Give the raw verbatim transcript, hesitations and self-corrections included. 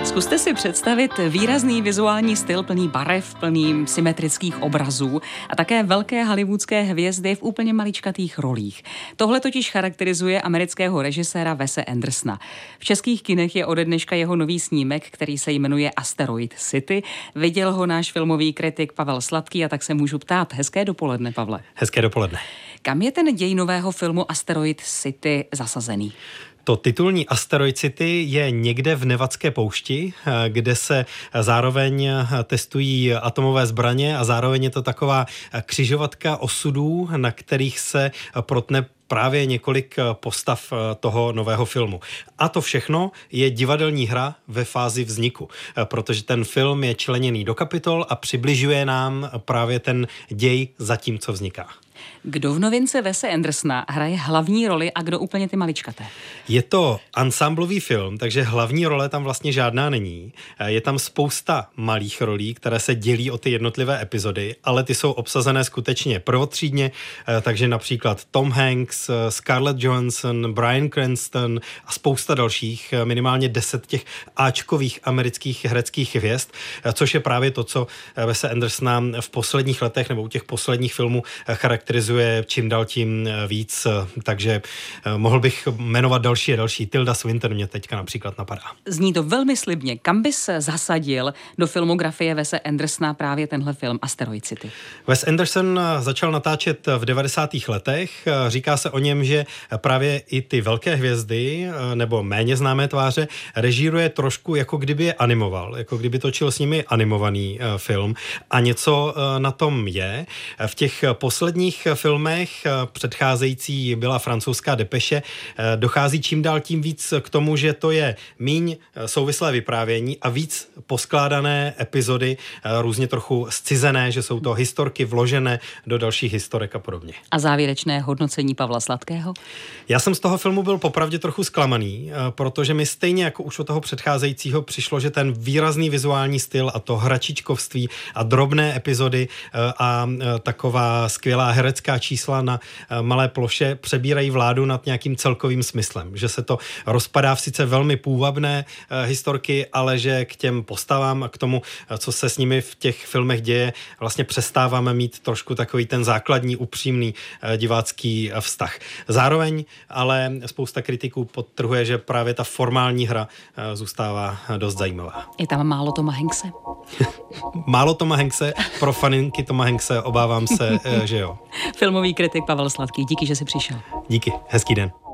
Zkuste si představit výrazný vizuální styl plný barev, plný symetrických obrazů a také velké hollywoodské hvězdy v úplně maličkatých rolích. Tohle totiž charakterizuje amerického režiséra Wese Andersona. V českých kinech je ode dneška jeho nový snímek, který se jmenuje Asteroid City. Viděl ho náš filmový kritik Pavel Sladký a tak se můžu ptát. Hezké dopoledne, Pavle. Hezké dopoledne. Kam je ten děj nového filmu Asteroid City zasazený? To titulní Asteroid City je někde v Nevadské poušti, kde se zároveň testují atomové zbraně a zároveň je to taková křižovatka osudů, na kterých se protne právě několik postav toho nového filmu. A to všechno je divadelní hra ve fázi vzniku, protože ten film je členěný do kapitol a přibližuje nám právě ten děj za tím, co vzniká. Kdo v novince Wese Andersona hraje hlavní roli a kdo úplně ty maličkaté? Je to ansamblový film, takže hlavní role tam vlastně žádná není. Je tam spousta malých rolí, které se dělí o ty jednotlivé epizody, ale ty jsou obsazené skutečně prvotřídně, takže například Tom Hanks, Scarlett Johansson, Bryan Cranston a spousta dalších, minimálně deset těch áčkových amerických hereckých hvězd, což je právě to, co Wese Andersona v posledních letech nebo u těch posledních filmů charakterizuje čím dál tím víc, takže mohl bych jmenovat další a další. Tilda Swinton mě teďka například napadá. Zní to velmi slibně. Kam by se zasadil do filmografie Wese Andersona právě tenhle film Asteroid City? Wes Anderson začal natáčet v devadesátých letech. Říká se o něm, že právě i ty velké hvězdy nebo méně známé tváře režíruje trošku, jako kdyby je animoval, jako kdyby točil s nimi animovaný film. A něco na tom je. V těch posledních filmech, předcházející byla francouzská Depeše, dochází čím dál tím víc k tomu, že to je míň souvislé vyprávění a víc poskládané epizody, různě trochu zcizené, že jsou to historky vložené do dalších historek a podobně. A závěrečné hodnocení Pavla Sladkého? Já jsem z toho filmu byl popravdě trochu zklamaný, protože mi stejně jako už od toho předcházejícího přišlo, že ten výrazný vizuální styl a to hračičkovství a drobné epizody a taková skvělá herecká čísla na malé ploše přebírají vládu nad nějakým celkovým smyslem. Že se to rozpadá v sice velmi půvabné historky, ale že k těm postavám a k tomu, co se s nimi v těch filmech děje, vlastně přestáváme mít trošku takový ten základní, upřímný divácký vztah. Zároveň ale spousta kritiků podtrhuje, že právě ta formální hra zůstává dost zajímavá. Je tam málo Toma Hankse? Málo Toma Hankse, pro faninky Toma Hankse obávám se, že jo. Filmový kritik Pavel Sladký, díky, že jsi přišel. Díky, hezký den.